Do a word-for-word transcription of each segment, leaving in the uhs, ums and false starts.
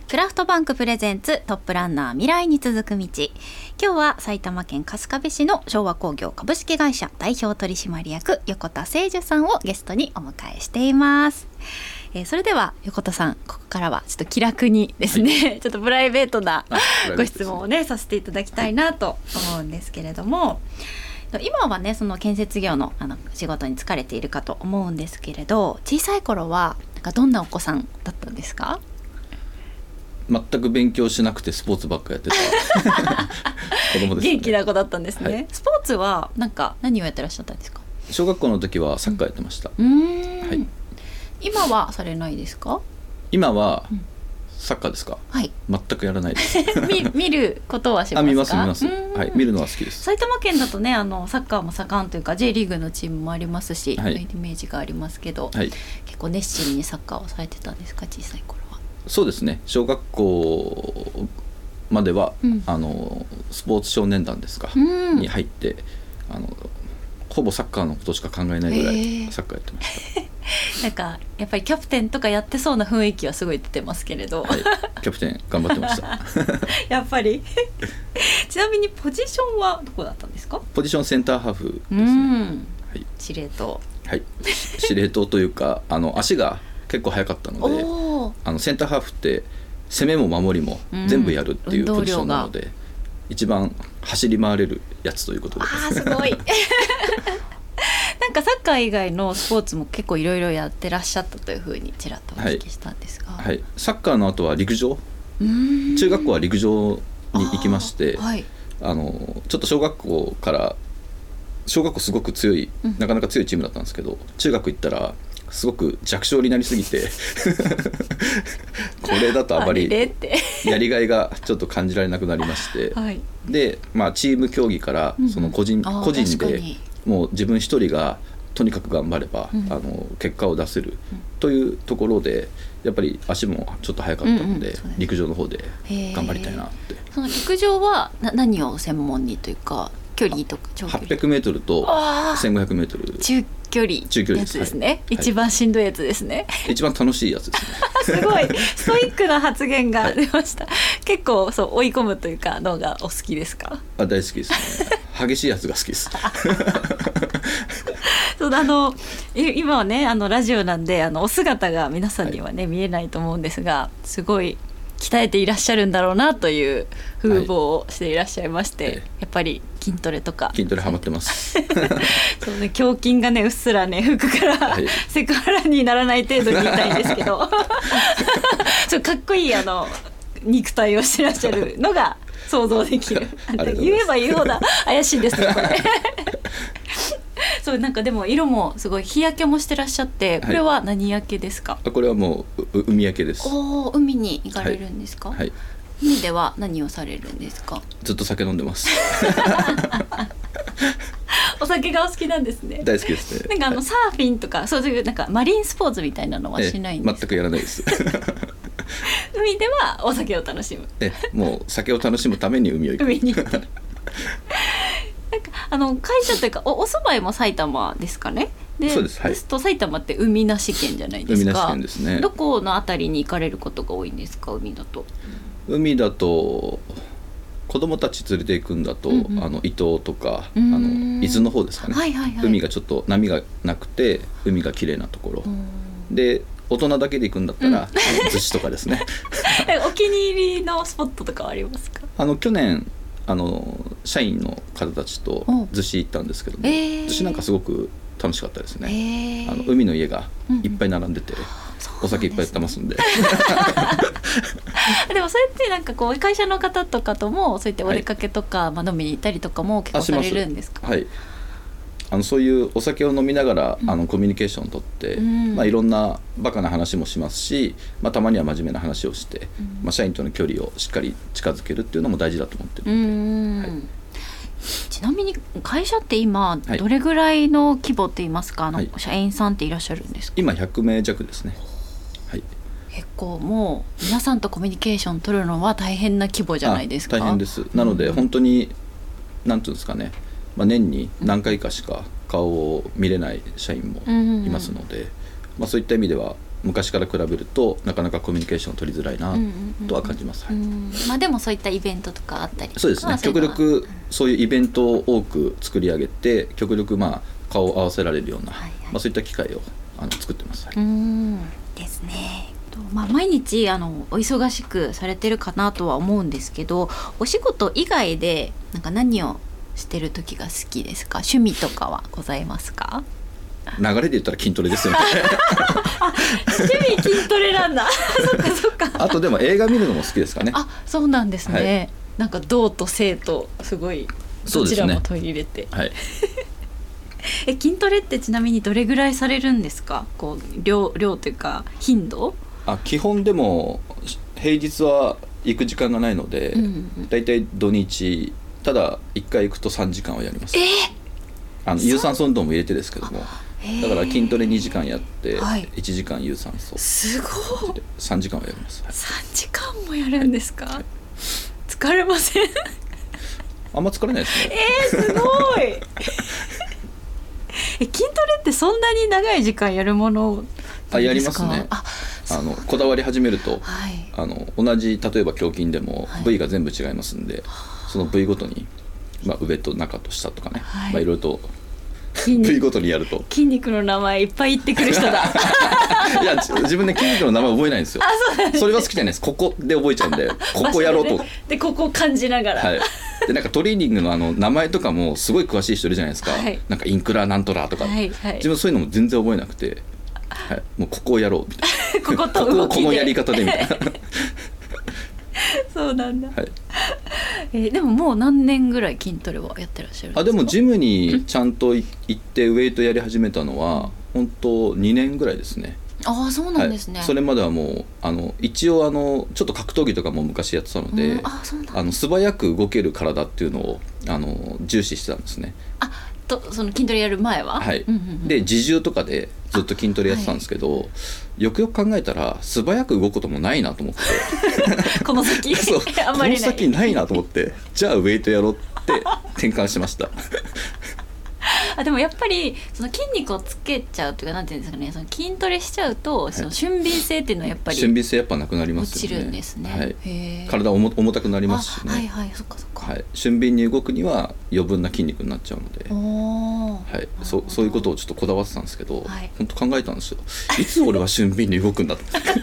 クラフトバンクプレゼンツトップランナー未来に続く道。今日は埼玉県春日部市の昭和工業株式会社代表取締役横田誠樹さんをゲストにお迎えしています。えー、それでは横田さん、ここからはちょっと気楽にですね、はい、ちょっとプライベートなご質問をねさせていただきたいなと思うんですけれども、今はねその建設業の、あの仕事に疲れているかと思うんですけれど、小さい頃はなんかどんなお子さんだったんですか？ 全く勉強しなくてスポーツばっかやってた子供ですね。 元気な子だったんですね。はい、スポーツはなんか何をやってらっしゃったんですか？ 小学校の時はサッカーやってました。 うん、うーん、はい、今はされないですか？ 今はサッカーですか？ はい、 全くやらないです見, 見ることはしますか？ あ、見ます見ます、はい、見るのは好きです。 埼玉県だとね、あのサッカーも盛んというか J リーグのチームもありますし、 はい、 そういうイメージがありますけど、はい、結構熱心にサッカーをされてたんですか？小さい頃は。 そうですね、小学校までは、うん、あのスポーツ少年団ですか、うん、に入ってあのほぼサッカーのことしか考えないぐらいサッカーやってましたなんかやっぱりキャプテンとかやってそうな雰囲気はすごい出てますけれど、 はい、キャプテン頑張ってましたやっぱりちなみにポジションはどこだったんですか？ ポジションセンターハーフですね。うん、はい、 司令塔。 はい、司令塔というかあの足が結構速かったのであのセンターハーフって攻めも守りも全部やるっていうポジションなので、うん、一番走り回れるやつということです。 あー、すごいなんかサッカー以外のスポーツも結構いろいろやってらっしゃったというふうにちらっとお聞きしたんですが、 はいはい、サッカーの後は陸上、中学校は陸上に行きまして、あ、はい、あのちょっと小学校から小学校すごく強い、うん、なかなか強いチームだったんですけど、中学行ったらすごく弱小になりすぎてこれだとあまりやりがいがちょっと感じられなくなりまして、はい、で、まあ、チーム競技からその個人、うん、個人でもう自分一人がとにかく頑張れば、うん、あの結果を出せるというところでやっぱり足もちょっと速かったので、うんうん、陸上の方で頑張りたいなって。 その陸上はな何を専門にというか距離とか長距離？はっぴゃくメートルとせんごひゃくメートル中距離のやつですね、はい、一番しんどいやつですね、 はい、一番楽しいやつですねすごいストイックな発言が出ました、はい、結構そう追い込むというかのがお好きですか？ あ、大好きですね激しいやつが好きですそうだ、あの今はねあのラジオなんであのお姿が皆さんにはね、はい、見えないと思うんですが、すごい鍛えていらっしゃるんだろうなという風貌をしていらっしゃいまして、はい、やっぱり筋トレとか筋トレハマってますそう、ね、胸筋がねうっすらね服から、はい、セクハラにならない程度に言いたいんですけどそうかっこいいあの肉体をしてらっしゃるのが想像できる言えば言うほど怪しいですねこれそうなんかでも色もすごい日焼けもしてらっしゃって、これは何焼けですか？ はい、これはもう海焼けです。 おー、海に行かれるんですか？はいはい、海では何をされるんですか？ ずっと酒飲んでますお酒がお好きなんですね。 大好きですね。 なんかあのサーフィンとか、はい、そういうなんかマリンスポーツみたいなのはしないんですか？ ええ、全くやらないです海ではお酒を楽しむ。 ええ、もう酒を楽しむために海を行く海に行ってなんかあの会社というか お, お住まいも埼玉ですかね？でそうです、はい、 ですと埼玉って海なし県じゃないですか。 海なし県ですね。 どこのあたりに行かれることが多いんですか？海だと。 海だと子供たち連れて行くんだと、うんうん、あの伊東とかあの伊豆の方ですかね、はいはいはい、海がちょっと波がなくて海が綺麗なところで、大人だけで行くんだったら、うん、あの逗子とかですねお気に入りのスポットとかはありますか？ あの去年あの社員の方たちと逗子行ったんですけども、えー、逗子なんかすごく楽しかったですね、えー、あの海の家がいっぱい並んでて、うん、お酒いっぱいやってますんででもそれってなんかこう会社の方とかともそういったお出かけとか、はい、まあ、飲みに行ったりとかも結構されるんですか？ はい、あのそういうお酒を飲みながら、うん、あのコミュニケーションをとって、うん、まあ、いろんなバカな話もしますし、まあ、たまには真面目な話をして、うん、まあ、社員との距離をしっかり近づけるっていうのも大事だと思ってるので、うん、はい、 ちなみに会社って今どれぐらいの規模って言いますか、はい、あの社員さんっていらっしゃるんですか？ 今ひゃくめい弱ですね。はい、 結構もう皆さんとコミュニケーション取るのは大変な規模じゃないですか？ 大変です。なので本当になんていうんですかね、まあ、年に何回かしか顔を見れない社員もいますので、うん、まあ、そういった意味では昔から比べるとなかなかコミュニケーションを取りづらいなとは感じます、 うんうんうんうん、まあ、でもそういったイベントとかあったりとか、 そうですね、極力そういうイベントを多く作り上げて極力まあ顔を合わせられるような、はいはい、まあ、そういった機会をあの作ってます、はい、 うんですね。まあ、毎日あのお忙しくされてるかなとは思うんですけど、お仕事以外でなんか何をしてる時が好きですか？趣味とかはございますか？ 流れで言ったら筋トレですよね趣味筋トレなんだそっかそっか。 あとでも映画見るのも好きですかね。 あ、そうなんですね、はい、なんか動と静とすごいどちらも取り入れて、 はいえ筋トレってちなみにどれぐらいされるんですか？こう 量, 量というか頻度？ あ、基本でも平日は行く時間がないので、うんうん、だいたい土日ただいっかい行くとさんじかんはやります。 えー、 あの有酸素運動も入れてですけども、だから筋トレにじかんやって、はい、いちじかん有酸素、 すごいさんじかんはやります、はい、さんじかんもやるんですか？はい、疲れません？ あんま疲れないですね。 えー、すごいえ筋トレってそんなに長い時間やるものですか？ あ、やりますね。ああのこだわり始めると、はい、あの同じ例えば胸筋でも部位が全部違いますんで、はい、その部位ごとに、まあ、上と中と下とかね、はい、まあ、いろいろと部位ごとにやると筋肉の名前いっぱい言ってくる人だいや自分で筋肉の名前覚えないんですよ。あ、そうなんですね。それは好きじゃないです。ここで覚えちゃうんでここやろうとでここを感じながら、 はい、でなんかトレーニングのあの名前とかもすごい詳しい人いるじゃないですか、はい、なんかインクラなんとらとか、はいはい、自分そういうのも全然覚えなくて、はい、もうここをやろうみたいなここと動きでここをこのやり方でみたいなそうなんだ、 はい、 えー、でももう何年ぐらい筋トレはやってらっしゃるんですか？ あ、でもジムにちゃんと行ってウェイトやり始めたのは本当にねんぐらいですね。 ああ、そうなんですね、 はい、それまではもうあの一応あのちょっと格闘技とかも昔やってたので、うん、ああの素早く動ける体っていうのをあの重視してたんですね。 あとその筋トレやる前は、 はい、うんうんうん、で自重とかでずっと筋トレやってたんですけど、はい、よくよく考えたら素早く動くこともないなと思ってこの先そうあんまりない、 この先ないなと思ってじゃあウェイトやろうって転換しましたあ、でもやっぱりその筋肉をつけちゃうというか、なんていうんですかね、その筋トレしちゃうと、はい、その俊敏性っていうのはやっぱり俊敏性やっぱなくなりますよね。 落ちるんですね、 はい、へ体重重たくなりますしね。 はいはい、そっかそっか、 はい、俊敏に動くには余分な筋肉になっちゃうので、はい、そ, そういうことをちょっとこだわってたんですけど、はい、本当考えたんですよ。いつ俺は俊敏に動くんだと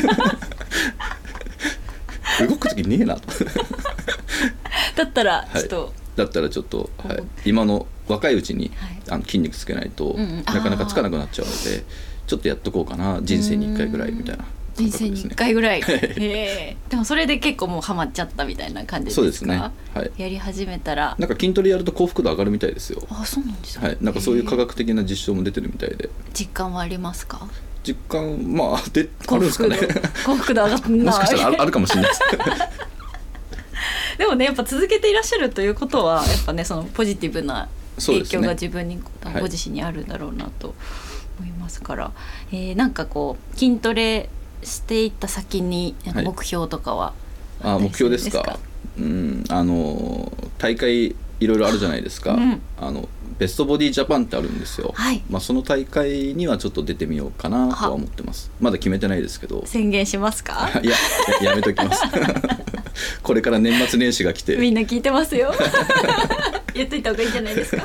動く時ねえなとだったらちょっと、はい、 だったらちょっと、はい、今の若いうちに、はい、あの筋肉つけないと、うんうん、なかなかつかなくなっちゃうので、ちょっとやっとこうかな、人生にいっかいぐらいみたいな感覚ですね。 人生にいっかいぐらいへでもそれで結構もうハマっちゃったみたいな感じですか？ そうですね、はい、 やり始めたらなんか筋トレやると幸福度上がるみたいですよ。 あ、そうなんですか、 はい、なんかそういう科学的な実証も出てるみたいで。 実感はありますか？ 実感、まあであるんですかね。 幸福度上がったもしかしたらあるかもしれないですでもね、やっぱ続けていらっしゃるということはやっぱね、そのポジティブな影響が自分に、ね、ご自身にあるんだろうなと思いますから、はい、えー、なんかこう筋トレしていった先になんか目標とかはあったりするんですか？ はい、あ、目標ですか。うん、あの大会いろいろあるじゃないですか、うん、あのベストボディジャパンってあるんですよ、はい、まあ、その大会にはちょっと出てみようかなとは思ってます。まだ決めてないですけど。 宣言しますか？ いや、や, やめときますこれから年末年始が来てみんな聞いてますよ言っといた方がいいんじゃないですか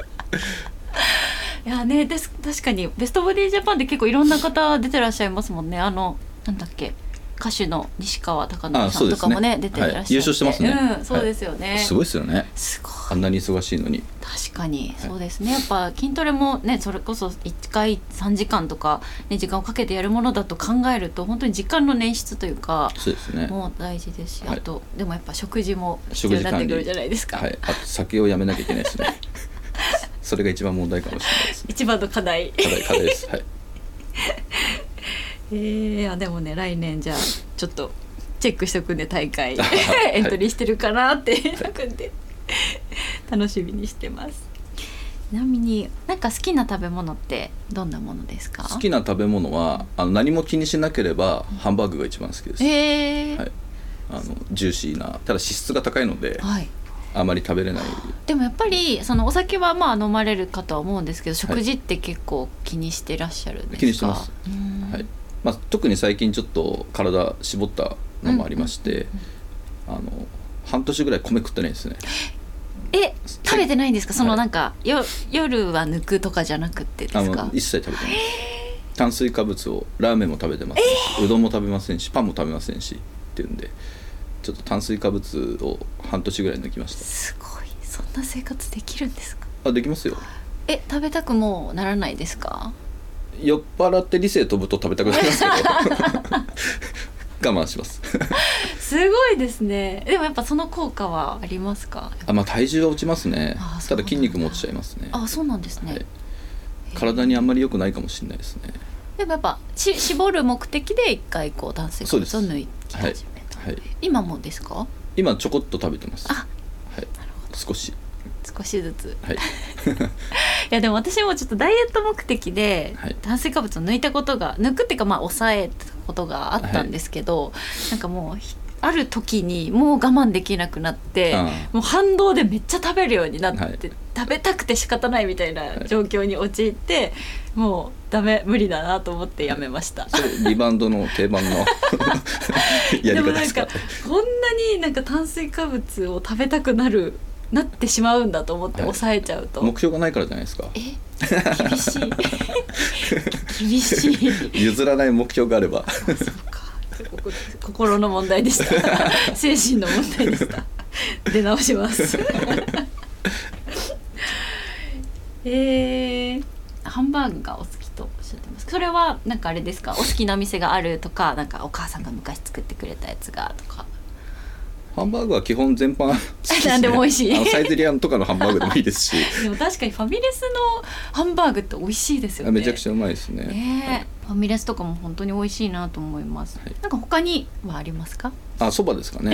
いやね、です確かにベストボディジャパンって結構いろんな方出てらっしゃいますもんね。あのなんだっけ、歌手の西川貴教さんとかも ね, ね出てらっしゃって、はい、優勝してますね、 うん、そうですよね、 はい、すごいですよね。 すごい、 あんなに忙しいのに。 確かにそうですね、はい、やっぱ筋トレもね、それこそいっかいさんじかんとか、ね、時間をかけてやるものだと考えると本当に時間の捻出というか、 そうですね、 もう大事ですし、はい、あとでもやっぱ食事も必要になってくるじゃないですか。 はい、あと酒をやめなきゃいけないですねそれが一番問題かもしれないですね。 一番の課題課題課題です、はい、 えー、でもね、来年じゃあちょっとチェックしとくんで、大会エントリーしてるかなってくんで楽しみにしてます。ちなみになんか好きな食べ物ってどんなものですか？ 好きな食べ物はあの何も気にしなければハンバーグが一番好きです。 へー、 はい、あのジューシーな、ただ脂質が高いので、はい、あまり食べれない。 でもやっぱりそのお酒はまあ飲まれるかとは思うんですけど、食事って結構気にしてらっしゃるんですか？ 気にしてます、はい、 まあ、特に最近ちょっと体絞ったのもありまして、うん、あの半年ぐらい米食ってないですね。 え食べてないんですか、はい、そのなんかよ夜は抜くとかじゃなくてですか。あの一切食べてない。炭水化物をラーメンも食べてますし、うどんも食べませんしパンも食べませんしっていうんで、ちょっと炭水化物を半年ぐらい抜きました。 すごい、そんな生活できるんですか。 あ、できますよ。 え食べたくもならないですか。 酔っ払って理性飛ぶと食べたくなりますけど我慢しますすごいですね。でもやっぱその効果はありますか。 あ、まあ、体重は落ちますね。 あ、 ただ筋肉も落ちちゃいますね。 あ、そうなんですね、はい、 体にあんまり良くないかもしれないですね。 でもやっぱし絞る目的で一回こう炭水化物を抜いて始めた、はいはい、今もですか。 今ちょこっと食べてます。 あ、 はい、なるほど。少し少しずつ、 はい、いやでも私もちょっとダイエット目的で炭水化物を抜いたことが、抜くっていうかまあ抑えたことがあったんですけど、はい、なんかもうある時にもう我慢できなくなって、もう反動でめっちゃ食べるようになって、はい、食べたくて仕方ないみたいな状況に陥って、はい、もうダメ無理だなと思ってやめました。 それリバウンドの定番のやり方ですか。 でもなんかこんなになんか炭水化物を食べたくなるなってしまうんだと思って抑えちゃうと、 はい、目標がないからじゃないですか。 え厳しい厳しい譲らない目標があればそうか、心の問題でした精神の問題でした出直しますえー、ハンバーグがお好きとおっしゃってます。それはなんかあれですか、お好きなお店があるとか、なんかお母さんが昔作ってくれたやつがとか。 ハンバーグは基本全般好きですね。 何でも美味しい。 あのサイゼリヤとかのハンバーグでもいいですしでも確かにファミレスのハンバーグって美味しいですよね。 めちゃくちゃうまいですね。 ね、 はい、 ファミレスとかも本当に美味しいなと思います、はい、なんか他にはありますか。 あ、そばですかね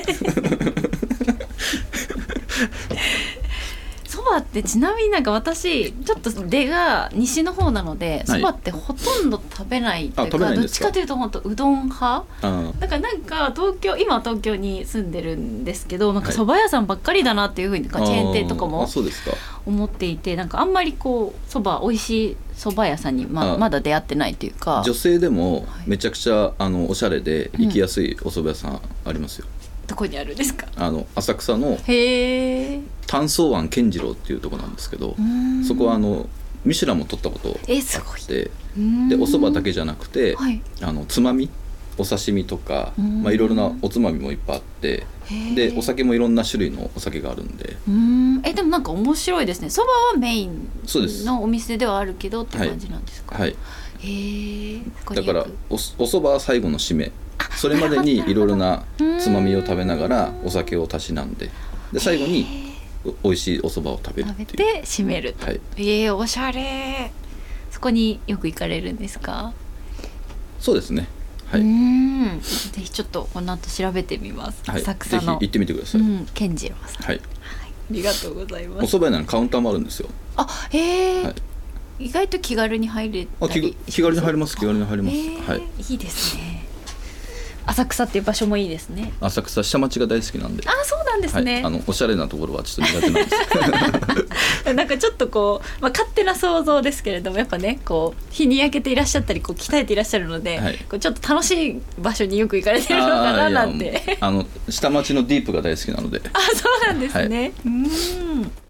そばってちなみになんか私ちょっと出が西の方なので、そばってほとんど食べないっていうか、どっちかというと本当うどん派だから、なんか東京今は東京に住んでるんですけど、なんかそば屋さんばっかりだなっていうふうにチェーン店とかも思っていて、なんかあんまりこうそば美味しいそば屋さんに ま, まだ出会ってないっていうか。 女性でもめちゃくちゃあのおしゃれで行きやすいおそば屋さんありますよ、 うん、どこにあるんですか。あの浅草のへ丹宗庵健次郎っていうところなんですけど、そこはあのミシュランも取ったことあって、 すごいでおそばだけじゃなくて、 はい、 あのつまみお刺身とか、まあ、いろいろなおつまみもいっぱいあって、でお酒もいろんな種類のお酒があるんで。 うーん、えでもなんか面白いですね。そばはメインのお店ではあるけどって感じなんですか。 はい、はい、 へだからおそばは最後の締め、それまでにいろいろなつまみを食べながらお酒をたしなんで、で最後に美味しいおそばを食べるっていう、 食べて締めると、はい、えー、おしゃれ。そこによく行かれるんですか。 そうですね、はい、 うーん、ぜひちょっとこの後調べてみます、はい、浅草のぜひ行ってみてください、 うん、健次郎さん、 はい、はい、 ありがとうございます。 おそば屋なのカウンターもあるんですよ。 あ、へえ、 はい、 意外と気軽に入れたり。 あ、気軽に入れます、気軽に入れます、はい、 いいですね。浅草っていう場所もいいですね。 浅草下町が大好きなんで。 あ、そうなんですね、 はい、あのおしゃれなところはちょっと苦手なんですなんかちょっとこう、まあ、勝手な想像ですけれども、やっぱねこう日に焼けていらっしゃったりこう鍛えていらっしゃるので、はい、こうちょっと楽しい場所によく行かれてるのかななんて。 あの下町のディープが大好きなので。 あ、そうなんですね、はい、うーん。